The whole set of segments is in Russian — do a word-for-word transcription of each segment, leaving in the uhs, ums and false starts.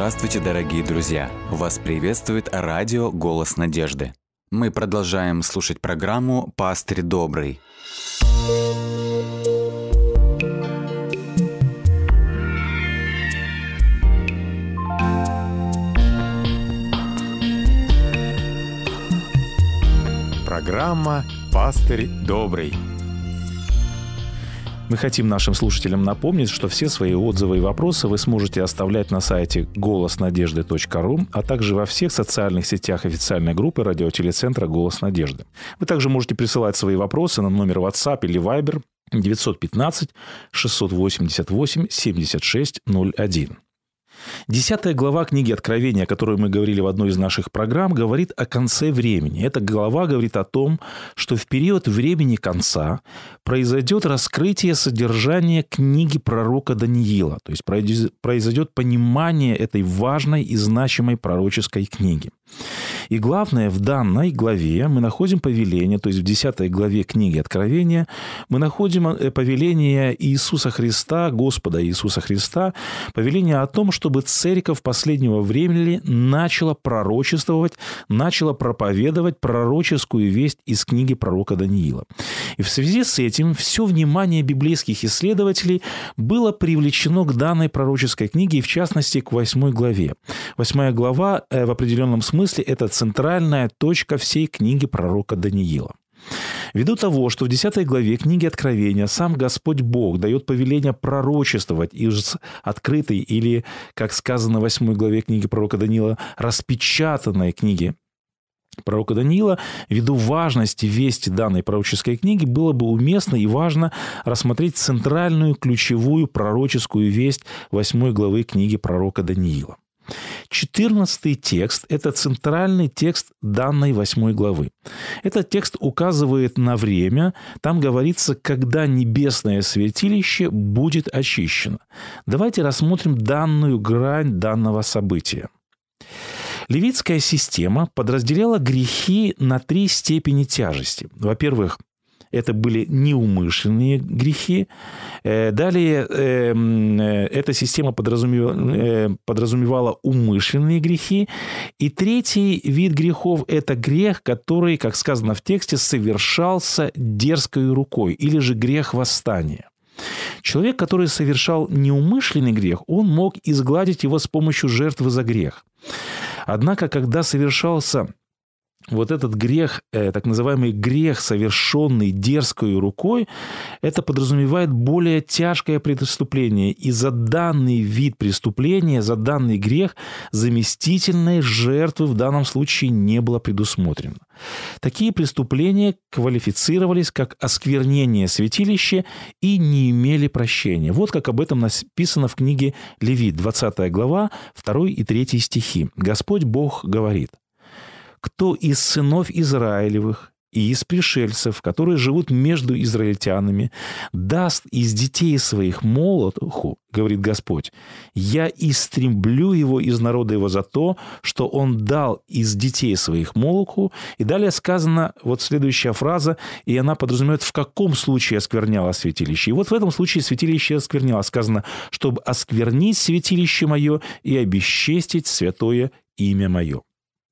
Здравствуйте, дорогие друзья! Вас приветствует радио «Голос надежды». Мы продолжаем слушать программу «Пастырь добрый». Программа «Пастырь добрый». Мы хотим нашим слушателям напомнить, что все свои отзывы и вопросы вы сможете оставлять на сайте голос надежды точка ру, а также во всех социальных сетях официальной группы радиотелецентра «Голос надежды». Вы также можете присылать свои вопросы на номер WhatsApp или Viber девятьсот пятнадцать шестьсот восемьдесят восемь семьдесят шесть ноль один. Десятая глава книги Откровения, о которой мы говорили в одной из наших программ, говорит о конце времени. Эта глава говорит о том, что в период времени конца произойдет раскрытие содержания книги пророка Даниила. То есть произойдет понимание этой важной и значимой пророческой книги. И главное, в данной главе мы находим повеление, то есть в десятой главе книги Откровения, мы находим повеление Иисуса Христа, Господа Иисуса Христа, повеление о том, чтобы церковь последнего времени начала пророчествовать, начала проповедовать пророческую весть из книги пророка Даниила. И в связи с этим все внимание библейских исследователей было привлечено к данной пророческой книге, и в частности к восьмой главе. Восьмая глава в определенном смысле это центральная точка всей книги пророка Даниила. Ввиду того, что в десятой главе книги Откровения сам Господь Бог дает повеление пророчествовать из открытой или, как сказано в восьмой главе книги пророка Даниила, распечатанной книги пророка Даниила, ввиду важности вести данной пророческой книги, было бы уместно и важно рассмотреть центральную ключевую пророческую весть восьмой главы книги пророка Даниила. четырнадцатый текст – это центральный текст данной восьмой главы. Этот текст указывает на время, там говорится, когда небесное святилище будет очищено. Давайте рассмотрим данную грань данного события. Левитская система подразделяла грехи на три степени тяжести. Во-первых, это были неумышленные грехи. Далее эта система подразумевала, подразумевала умышленные грехи. И третий вид грехов – это грех, который, как сказано в тексте, совершался дерзкой рукой, или же грех восстания. Человек, который совершал неумышленный грех, он мог изгладить его с помощью жертвы за грех. Однако, когда совершался вот этот грех, так называемый грех, совершенный дерзкой рукой, это подразумевает более тяжкое преступление. И за данный вид преступления, за данный грех заместительной жертвы в данном случае не было предусмотрено. Такие преступления квалифицировались как осквернение святилища и не имели прощения. Вот как об этом написано в книге Левит, двадцатая глава, второй и третий стихи. Господь Бог говорит: «Кто из сынов Израилевых и из пришельцев, которые живут между израильтянами, даст из детей своих молоту, говорит Господь, я истреблю его из народа его за то, что он дал из детей своих молоку». И далее сказана вот следующая фраза, и она подразумевает, в каком случае оскверняло святилище. И вот в этом случае святилище оскверняло. Сказано, чтобы осквернить святилище мое и обесчестить святое имя мое.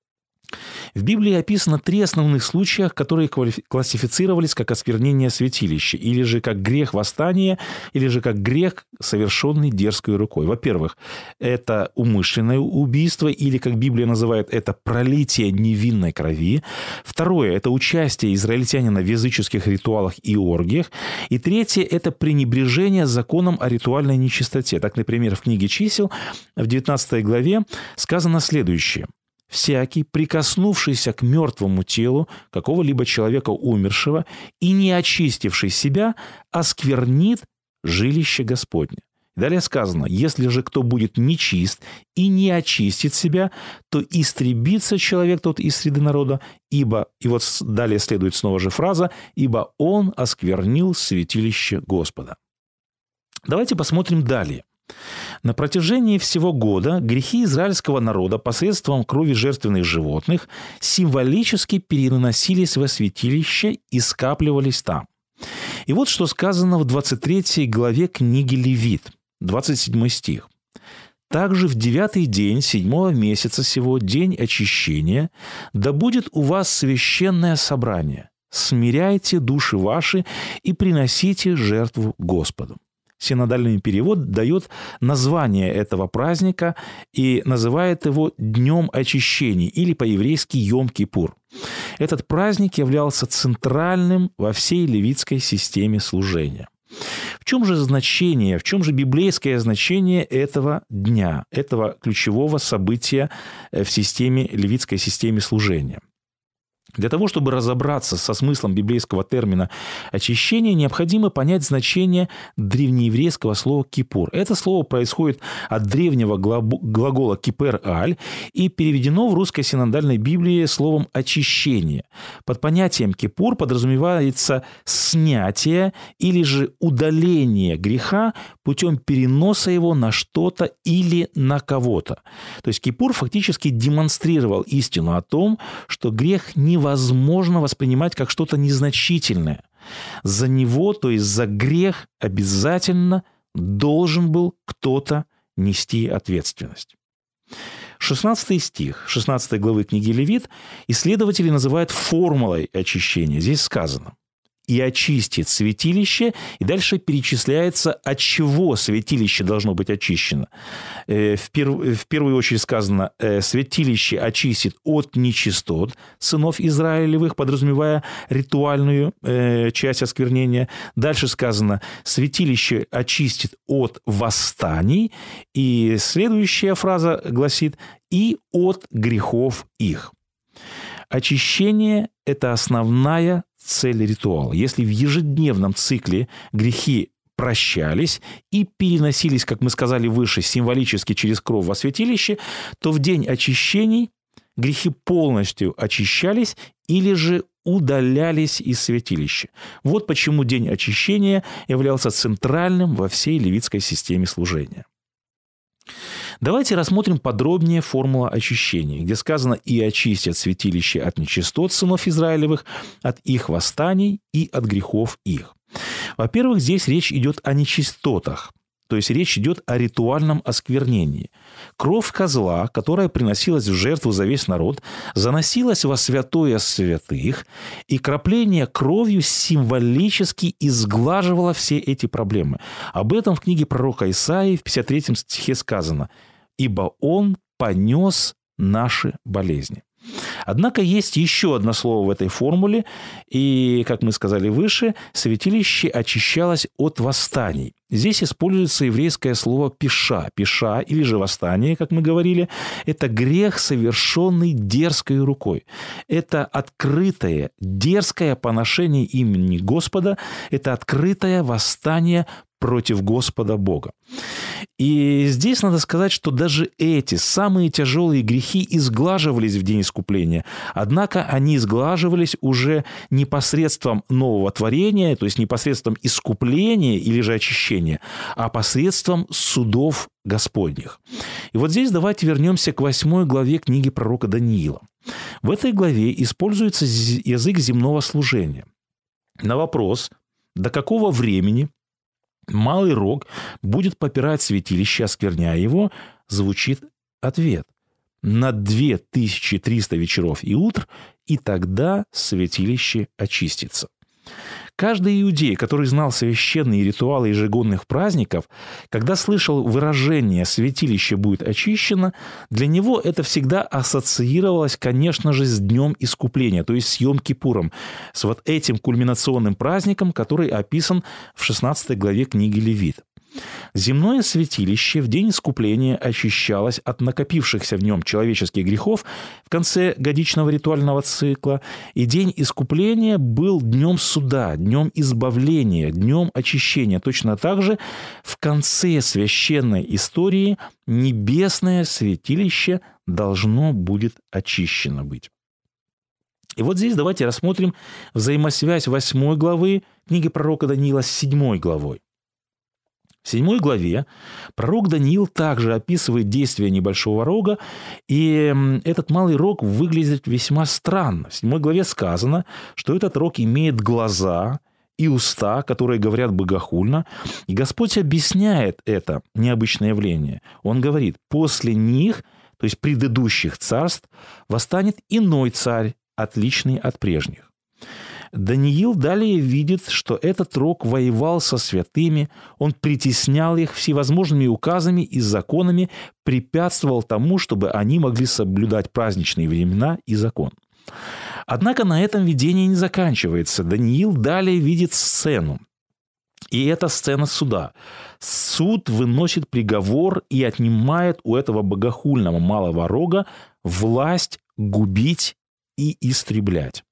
В Библии описано три основных случая, которые классифицировались как осквернение святилища, или же как грех восстания, или же как грех, совершенный дерзкой рукой. Во-первых, это умышленное убийство, или, как Библия называет это, пролитие невинной крови. Второе – это участие израильтянина в языческих ритуалах и оргиях. И третье – это пренебрежение законом о ритуальной нечистоте. Так, например, в книге «Чисел» в девятнадцатой главе сказано следующее. «Всякий, прикоснувшийся к мертвому телу какого-либо человека умершего и не очистивший себя, осквернит жилище Господне». Далее сказано: «Если же кто будет нечист и не очистит себя, то истребится человек тот из среды народа, ибо...» И вот далее следует снова же фраза: «ибо он осквернил святилище Господа». Давайте посмотрим далее. На протяжении всего года грехи израильского народа посредством крови жертвенных животных символически переносились во святилище и скапливались там. И вот что сказано в двадцать третьей главе книги Левит, двадцать седьмой стих. Также в девятый день седьмого месяца сего, день очищения, да будет у вас священное собрание. Смиряйте души ваши и приносите жертву Господу». Синодальный перевод дает название этого праздника и называет его Днем очищения или по-еврейски Йом-Кипур. Этот праздник являлся центральным во всей левитской системе служения. В чем же значение, в чем же библейское значение этого дня, этого ключевого события в системе, левитской системе служения? Для того, чтобы разобраться со смыслом библейского термина «очищение», необходимо понять значение древнееврейского слова «кипур». Это слово происходит от древнего глагола «кипер-аль» и переведено в русской синодальной Библии словом «очищение». Под понятием «кипур» подразумевается снятие или же удаление греха путем переноса его на что-то или на кого-то. То есть «кипур» фактически демонстрировал истину о том, что грех не невозможно воспринимать как что-то незначительное. За него, то есть за грех, обязательно должен был кто-то нести ответственность. шестнадцатый стих шестнадцатой главы книги Левит исследователи называют формулой очищения. Здесь сказано: «И очистит святилище», и дальше перечисляется, от чего святилище должно быть очищено. В, перв... в первую очередь сказано: «Святилище очистит от нечистот сынов Израилевых», подразумевая ритуальную э, часть осквернения. Дальше сказано: «Святилище очистит от восстаний», и следующая фраза гласит: «и от грехов их». Очищение – это основная цель ритуала. Если в ежедневном цикле грехи прощались и переносились, как мы сказали выше, символически через кровь во святилище, то в день очищений грехи полностью очищались или же удалялись из святилища. Вот почему день очищения являлся центральным во всей левитской системе служения. Давайте рассмотрим подробнее формулу очищения, где сказано: «И очистят святилище от нечистот сынов Израилевых, от их восстаний и от грехов их». Во-первых, здесь речь идет о нечистотах, то есть речь идет о ритуальном осквернении. Кровь козла, которая приносилась в жертву за весь народ, заносилась во святое святых, и кропление кровью символически изглаживало все эти проблемы. Об этом в книге пророка Исаии в пятьдесят третьем стихе сказано: «Ибо он понес наши болезни». Однако есть еще одно слово в этой формуле, и, как мы сказали выше, святилище очищалось от восстаний. Здесь используется еврейское слово «пеша». Пеша, или же восстание, как мы говорили, это грех, совершенный дерзкой рукой. Это открытое, дерзкое поношение имени Господа, это открытое восстание против Господа Бога. И здесь надо сказать, что даже эти самые тяжелые грехи изглаживались в день искупления, однако они изглаживались уже не посредством нового творения, то есть не посредством искупления или же очищения, а посредством судов Господних. И вот здесь давайте вернемся к восьмой главе книги пророка Даниила. В этой главе используется язык земного служения. На вопрос, до какого времени малый рог будет попирать святилище, оскверняя его, звучит ответ: на две тысячи триста вечеров и утр, и тогда святилище очистится. Каждый иудей, который знал священные ритуалы ежегодных праздников, когда слышал выражение «святилище будет очищено», для него это всегда ассоциировалось, конечно же, с Днем Искупления, то есть с Йом-Кипуром, с вот этим кульминационным праздником, который описан в шестнадцатой главе книги Левит. Земное святилище в день искупления очищалось от накопившихся в нем человеческих грехов в конце годичного ритуального цикла, и день искупления был днем суда, днем избавления, днем очищения. Точно так же в конце священной истории небесное святилище должно будет очищено быть. И вот здесь давайте рассмотрим взаимосвязь восьмой главы книги пророка Даниила с седьмой главой. В седьмой главе пророк Даниил также описывает действия небольшого рога, и этот малый рог выглядит весьма странно. В седьмой главе сказано, что этот рог имеет глаза и уста, которые говорят богохульно. И Господь объясняет это необычное явление. Он говорит, после них, то есть предыдущих царств, восстанет иной царь, отличный от прежних. Даниил далее видит, что этот рог воевал со святыми, он притеснял их всевозможными указами и законами, препятствовал тому, чтобы они могли соблюдать праздничные времена и закон. Однако на этом видение не заканчивается. Даниил далее видит сцену. И это сцена суда. Суд выносит приговор и отнимает у этого богохульного малого рога власть губить и истреблять.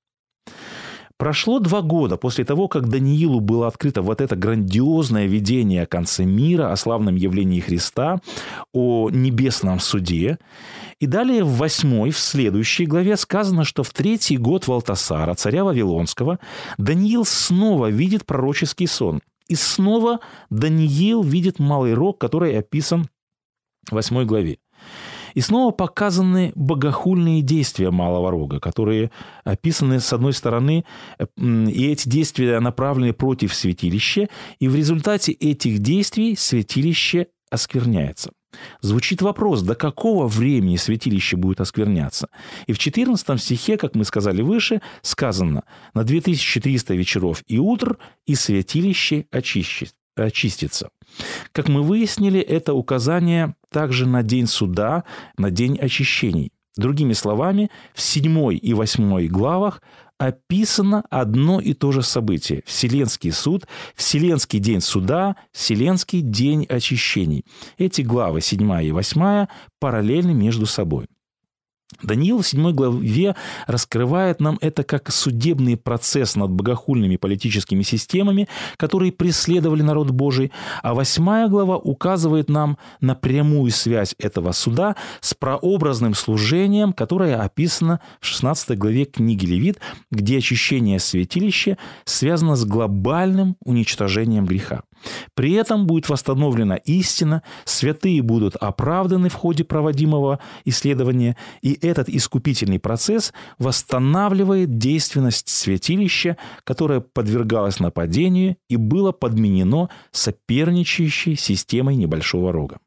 Прошло два года после того, как Даниилу было открыто вот это грандиозное видение о конце мира, о славном явлении Христа, о небесном суде. И далее в восьмой, в следующей главе сказано, что в третий год Валтасара, царя Вавилонского, Даниил снова видит пророческий сон. И снова Даниил видит малый рог, который описан в восьмой главе. И снова показаны богохульные действия малого рога, которые описаны, с одной стороны, и эти действия направлены против святилища, и в результате этих действий святилище оскверняется. Звучит вопрос, до какого времени святилище будет оскверняться? И в четырнадцатом стихе, как мы сказали выше, сказано «На две тысячи триста вечеров и утр, и святилище очищит, очистится». Как мы выяснили, это указание также на день суда, на день очищений. Другими словами, в седьмой и восьмой главах описано одно и то же событие. Вселенский суд, Вселенский день суда, Вселенский день очищений. Эти главы, седьмая и восьмая, параллельны между собой. Даниил в седьмой главе раскрывает нам это как судебный процесс над богохульными политическими системами, которые преследовали народ Божий, а восьмая глава указывает нам на прямую связь этого суда с прообразным служением, которое описано в шестнадцатой главе книги Левит, где очищение святилища связано с глобальным уничтожением греха. При этом будет восстановлена истина, святые будут оправданы в ходе проводимого исследования, и этот искупительный процесс восстанавливает действенность святилища, которое подвергалось нападению и было подменено соперничающей системой небольшого рога.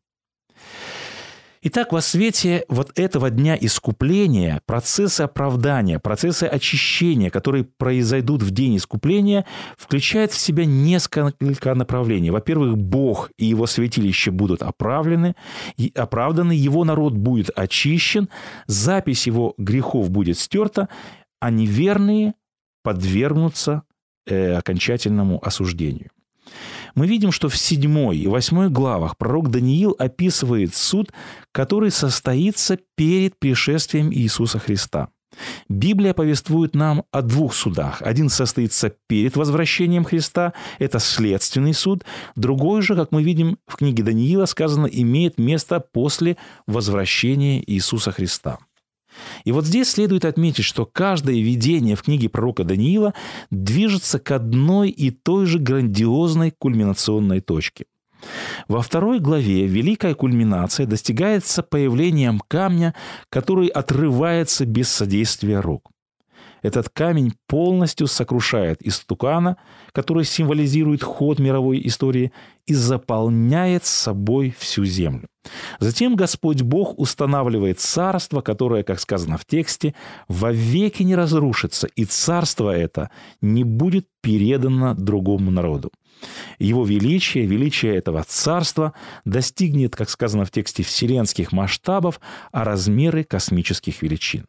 Итак, во свете вот этого дня искупления, процессы оправдания, процессы очищения, которые произойдут в день искупления, включают в себя несколько направлений. Во-первых, Бог и его святилище будут оправлены, и оправданы, его народ будет очищен, запись его грехов будет стерта, а неверные подвергнутся э, окончательному осуждению. Мы видим, что в седьмой и восьмой главах пророк Даниил описывает суд, который состоится перед пришествием Иисуса Христа. Библия повествует нам о двух судах. Один состоится перед возвращением Христа, это следственный суд. Другой же, как мы видим в книге Даниила, сказано, имеет место после возвращения Иисуса Христа. И вот здесь следует отметить, что каждое видение в книге пророка Даниила движется к одной и той же грандиозной кульминационной точке. Во второй главе великая кульминация достигается появлением камня, который отрывается без содействия рук. Этот камень полностью сокрушает истукана, который символизирует ход мировой истории, и заполняет собой всю землю. Затем Господь Бог устанавливает царство, которое, как сказано в тексте, вовеки не разрушится, и царство это не будет передано другому народу. Его величие, величие этого царства достигнет, как сказано в тексте, вселенских масштабов, а размеры космических величин.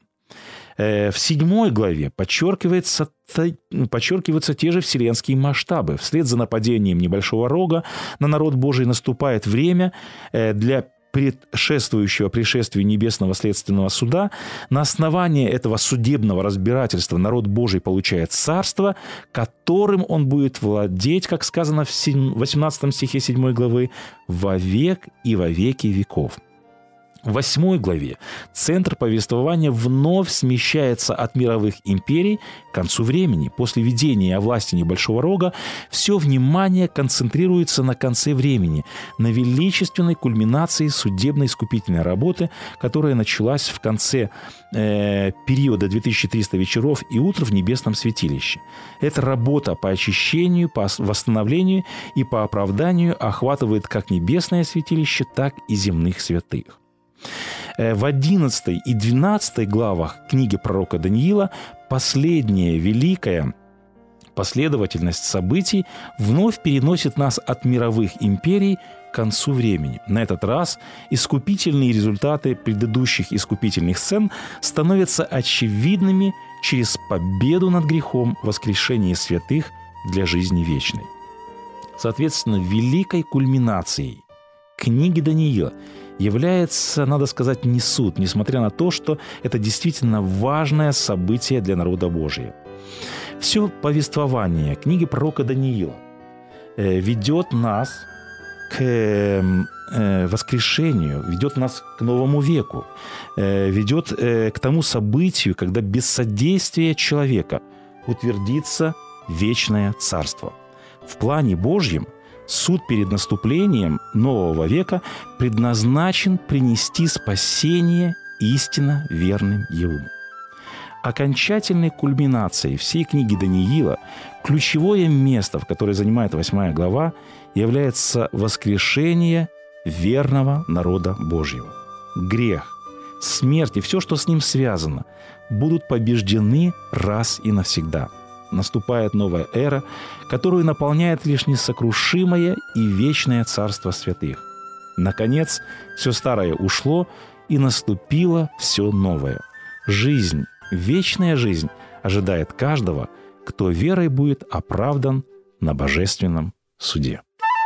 В седьмой главе подчеркивается, подчеркиваются те же вселенские масштабы. Вслед за нападением небольшого рога на народ Божий наступает время для предшествующего пришествию небесного следственного суда. На основании этого судебного разбирательства народ Божий получает царство, которым он будет владеть, как сказано в восемнадцатом стихе седьмой главы, вовек и во веки веков. В восьмой главе центр повествования вновь смещается от мировых империй к концу времени. После видения о власти небольшого рога все внимание концентрируется на конце времени, на величественной кульминации судебной искупительной работы, которая началась в конце э, периода две тысячи триста вечеров и утр в небесном святилище. Эта работа по очищению, по восстановлению и по оправданию охватывает как небесное святилище, так и земных святых. В одиннадцатой и двенадцатой главах книги пророка Даниила последняя великая последовательность событий вновь переносит нас от мировых империй к концу времени. На этот раз искупительные результаты предыдущих искупительных сцен становятся очевидными через победу над грехом, воскрешение святых для жизни вечной. Соответственно, великой кульминацией книги Даниила является, надо сказать, не суд, несмотря на то, что это действительно важное событие для народа Божия. Все повествование книги пророка Даниила ведет нас к воскрешению, ведет нас к новому веку, ведет к тому событию, когда без содействия человека утвердится вечное царство. В плане Божьем суд перед наступлением нового века предназначен принести спасение истинно верным Ему. Окончательной кульминацией всей книги Даниила, ключевое место, в которое занимает восьмая глава, является воскрешение верного народа Божьего. Грех, смерть и все, что с ним связано, будут побеждены раз и навсегда. Наступает новая эра, которую наполняет лишь несокрушимое и вечное царство святых. Наконец, все старое ушло, и наступило все новое. Жизнь, вечная жизнь ожидает каждого, кто верой будет оправдан на божественном суде.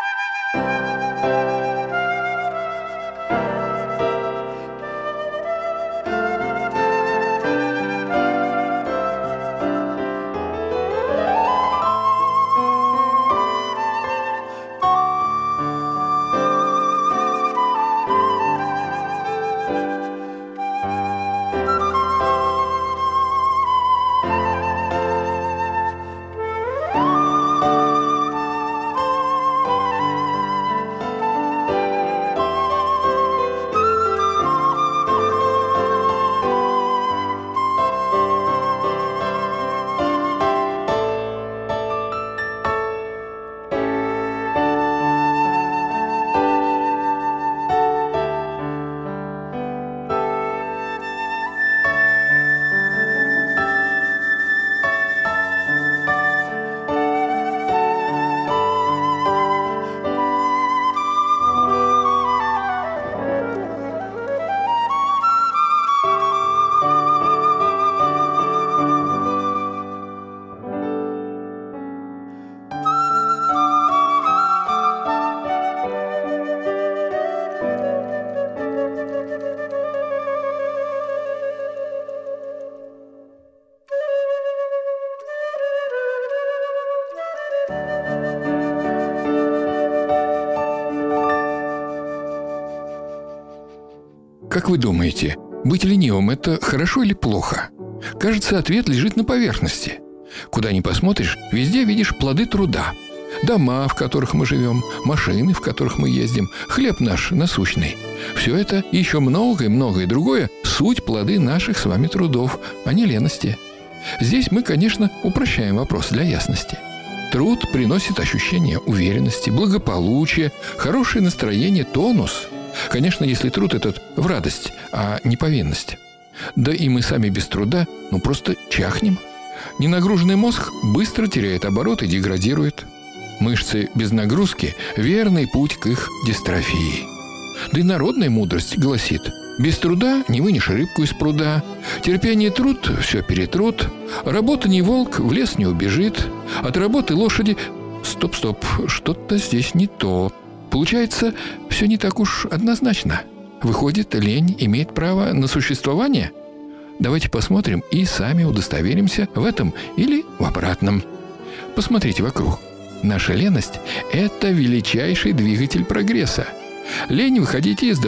Как вы думаете, быть ленивым – это хорошо или плохо? Кажется, ответ лежит на поверхности. Куда ни посмотришь, везде видишь плоды труда. Дома, в которых мы живем, машины, в которых мы ездим, хлеб наш насущный. Все это и еще многое-многое другое – суть плоды наших с вами трудов, а не лености. Здесь мы, конечно, упрощаем вопрос для ясности. Труд приносит ощущение уверенности, благополучия, хорошее настроение, тонус. Конечно, если труд этот в радость, а не повинность. Да и мы сами без труда, ну, просто чахнем. Ненагруженный мозг быстро теряет обороты и деградирует. Мышцы без нагрузки – верный путь к их дистрофии. Да и народная мудрость гласит: без труда не вынешь рыбку из пруда, терпение и труд – все перетрут, работа не волк, в лес не убежит, от работы лошади… Стоп-стоп, что-то здесь не то. Получается, все не так уж однозначно. Выходит, лень имеет право на существование? Давайте посмотрим и сами удостоверимся в этом или в обратном. Посмотрите вокруг. Наша леность – это величайший двигатель прогресса. Лень выходить из дому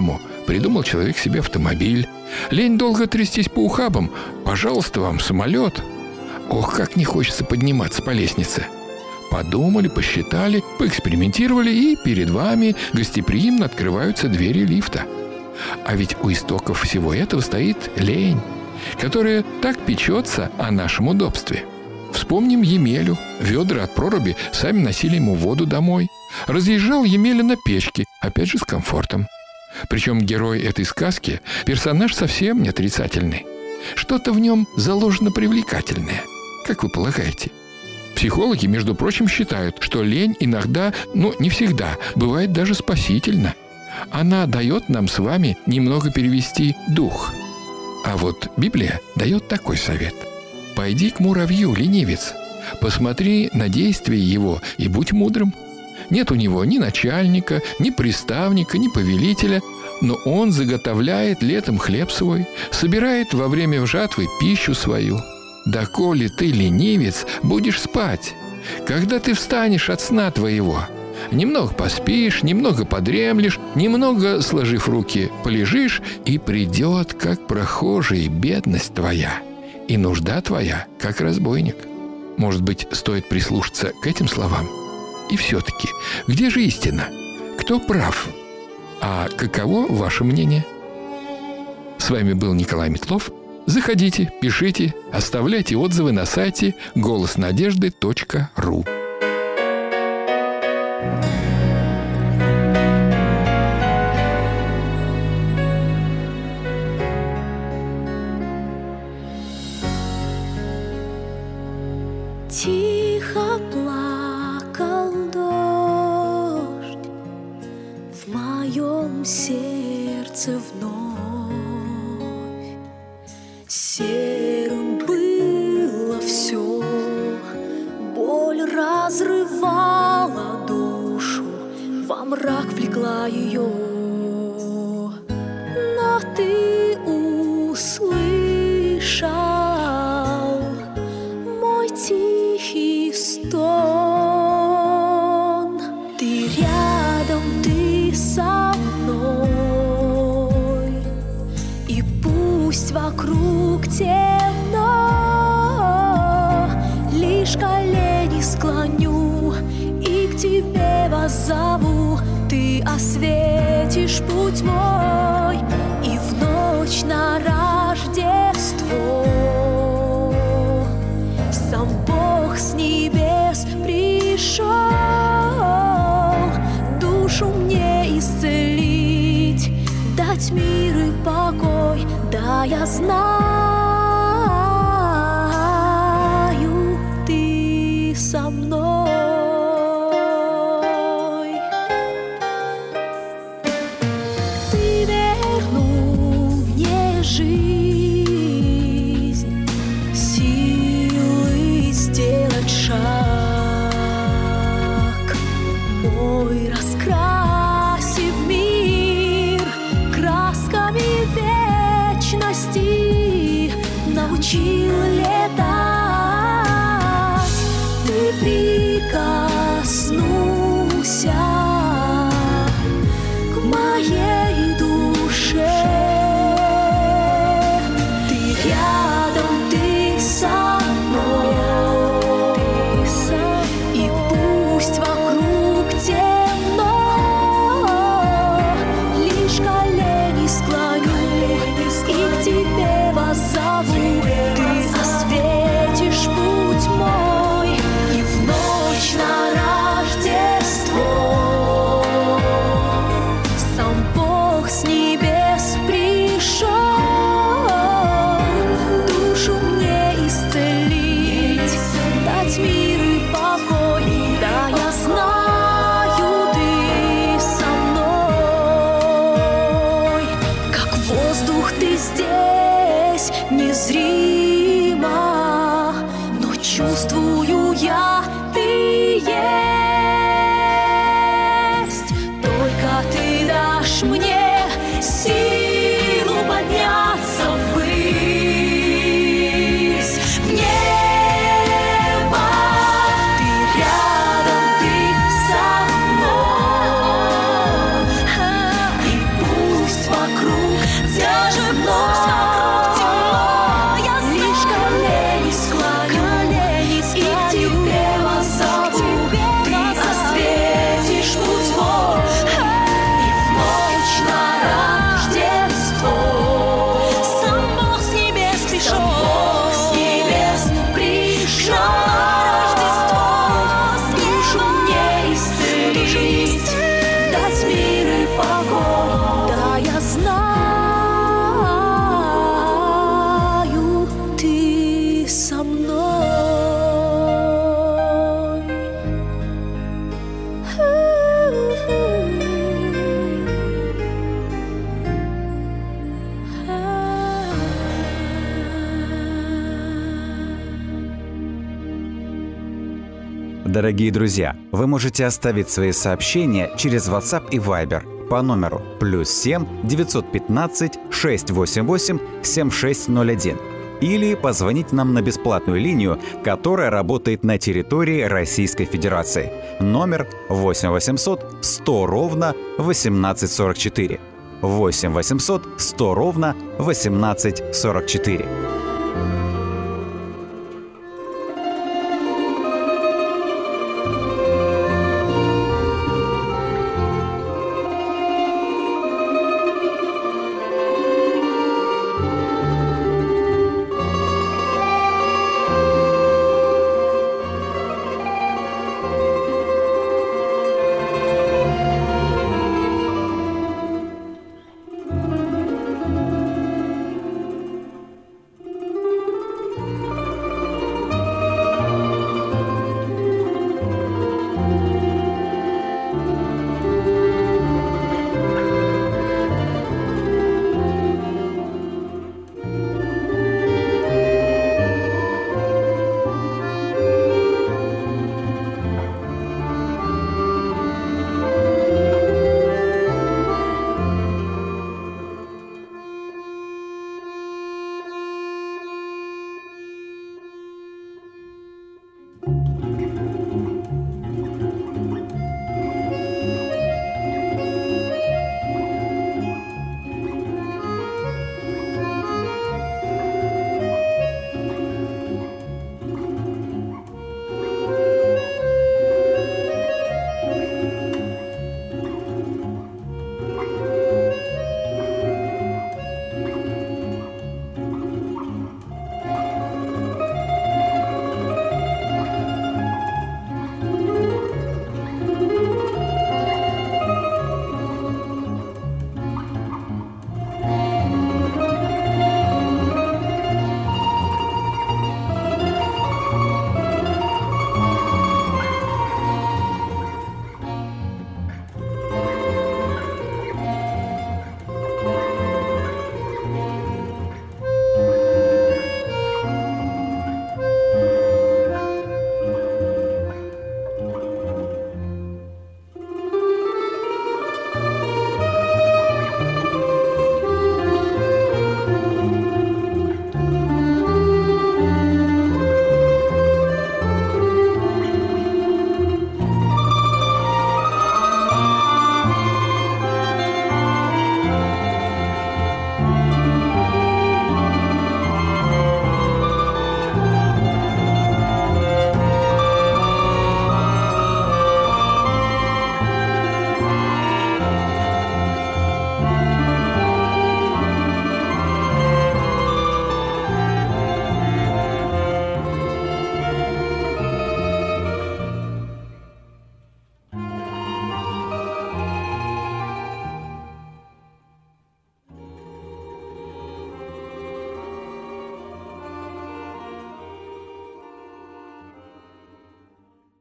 Придумал человек себе автомобиль. Лень долго трястись по ухабам. Пожалуйста, вам самолет. Ох, как не хочется подниматься по лестнице. Подумали, посчитали, поэкспериментировали, и перед вами гостеприимно открываются двери лифта. А ведь у истоков всего этого стоит лень, которая так печется о нашем удобстве. Вспомним Емелю. Ведра от проруби сами носили ему воду домой. Разъезжал Емеля на печке, опять же с комфортом. Причем герой этой сказки – персонаж совсем не отрицательный. Что-то в нем заложено привлекательное. Как вы полагаете? Психологи, между прочим, считают, что лень иногда, ну не всегда, бывает даже спасительна. Она дает нам с вами немного перевести дух. А вот Библия дает такой совет. «Пойди к муравью, ленивец, посмотри на действия его и будь мудрым. Нет у него ни начальника, ни приставника, ни повелителя, но он заготовляет летом хлеб свой, собирает во время жатвы пищу свою. Доколе ты, ленивец, будешь спать, когда ты встанешь от сна твоего? Немного поспишь, немного подремлешь, немного, сложив руки, полежишь, и придет, как прохожий, бедность твоя, и нужда твоя, как разбойник». Может быть, стоит прислушаться к этим словам? И все-таки, где же истина? Кто прав? А каково ваше мнение? С вами был Николай Метлов. Заходите, пишите, оставляйте отзывы на сайте голос надежды точка ру. Тихо плакал дождь в моем сердце вновь. Серым было все, боль разрывала душу, во мрак влекла ее. Но ты услышал мой тихий стон. Ты рядом, ты со мной, и пусть вокруг темно, лишь колени склоню и к тебе воззову. Ты осветишь путь мой, и в ночь на Рождество сам Бог с небес пришел душу мне исцелить, дать мир и покой. Да, я знаю, ты со мной. Ты вернул мне жизнь, силы сделать шаг мой, раскрасив мир красками вечности, научил летать. Ты прикоснулся к моей душе. Ты рядом, ты со мной, и пусть вокруг темно, лишь колени склоню и к тебе воззову. Ты осветишь путь мой, и в ночь на Рождество сам Бог с небес пришел душу мне исцелить, дать мир и покой. Да, я знаю, ты со мной, как воздух ты здесь незримо, но чувствую я, ты есть. Только ты дашь мне силу подняться ввысь, в небо. Ты рядом, ты со мной, и пусть вокруг Дорогие друзья, вы можете оставить свои сообщения через WhatsApp и Viber по номеру плюс семь девятьсот пятнадцать шестьсот восемьдесят восемь семьдесят шесть ноль один или позвонить нам на бесплатную линию, которая работает на территории Российской Федерации. Номер восемь восемьсот сто ровно восемнадцать сорок четыре. восемь восемьсот сто ровно восемнадцать сорок четыре.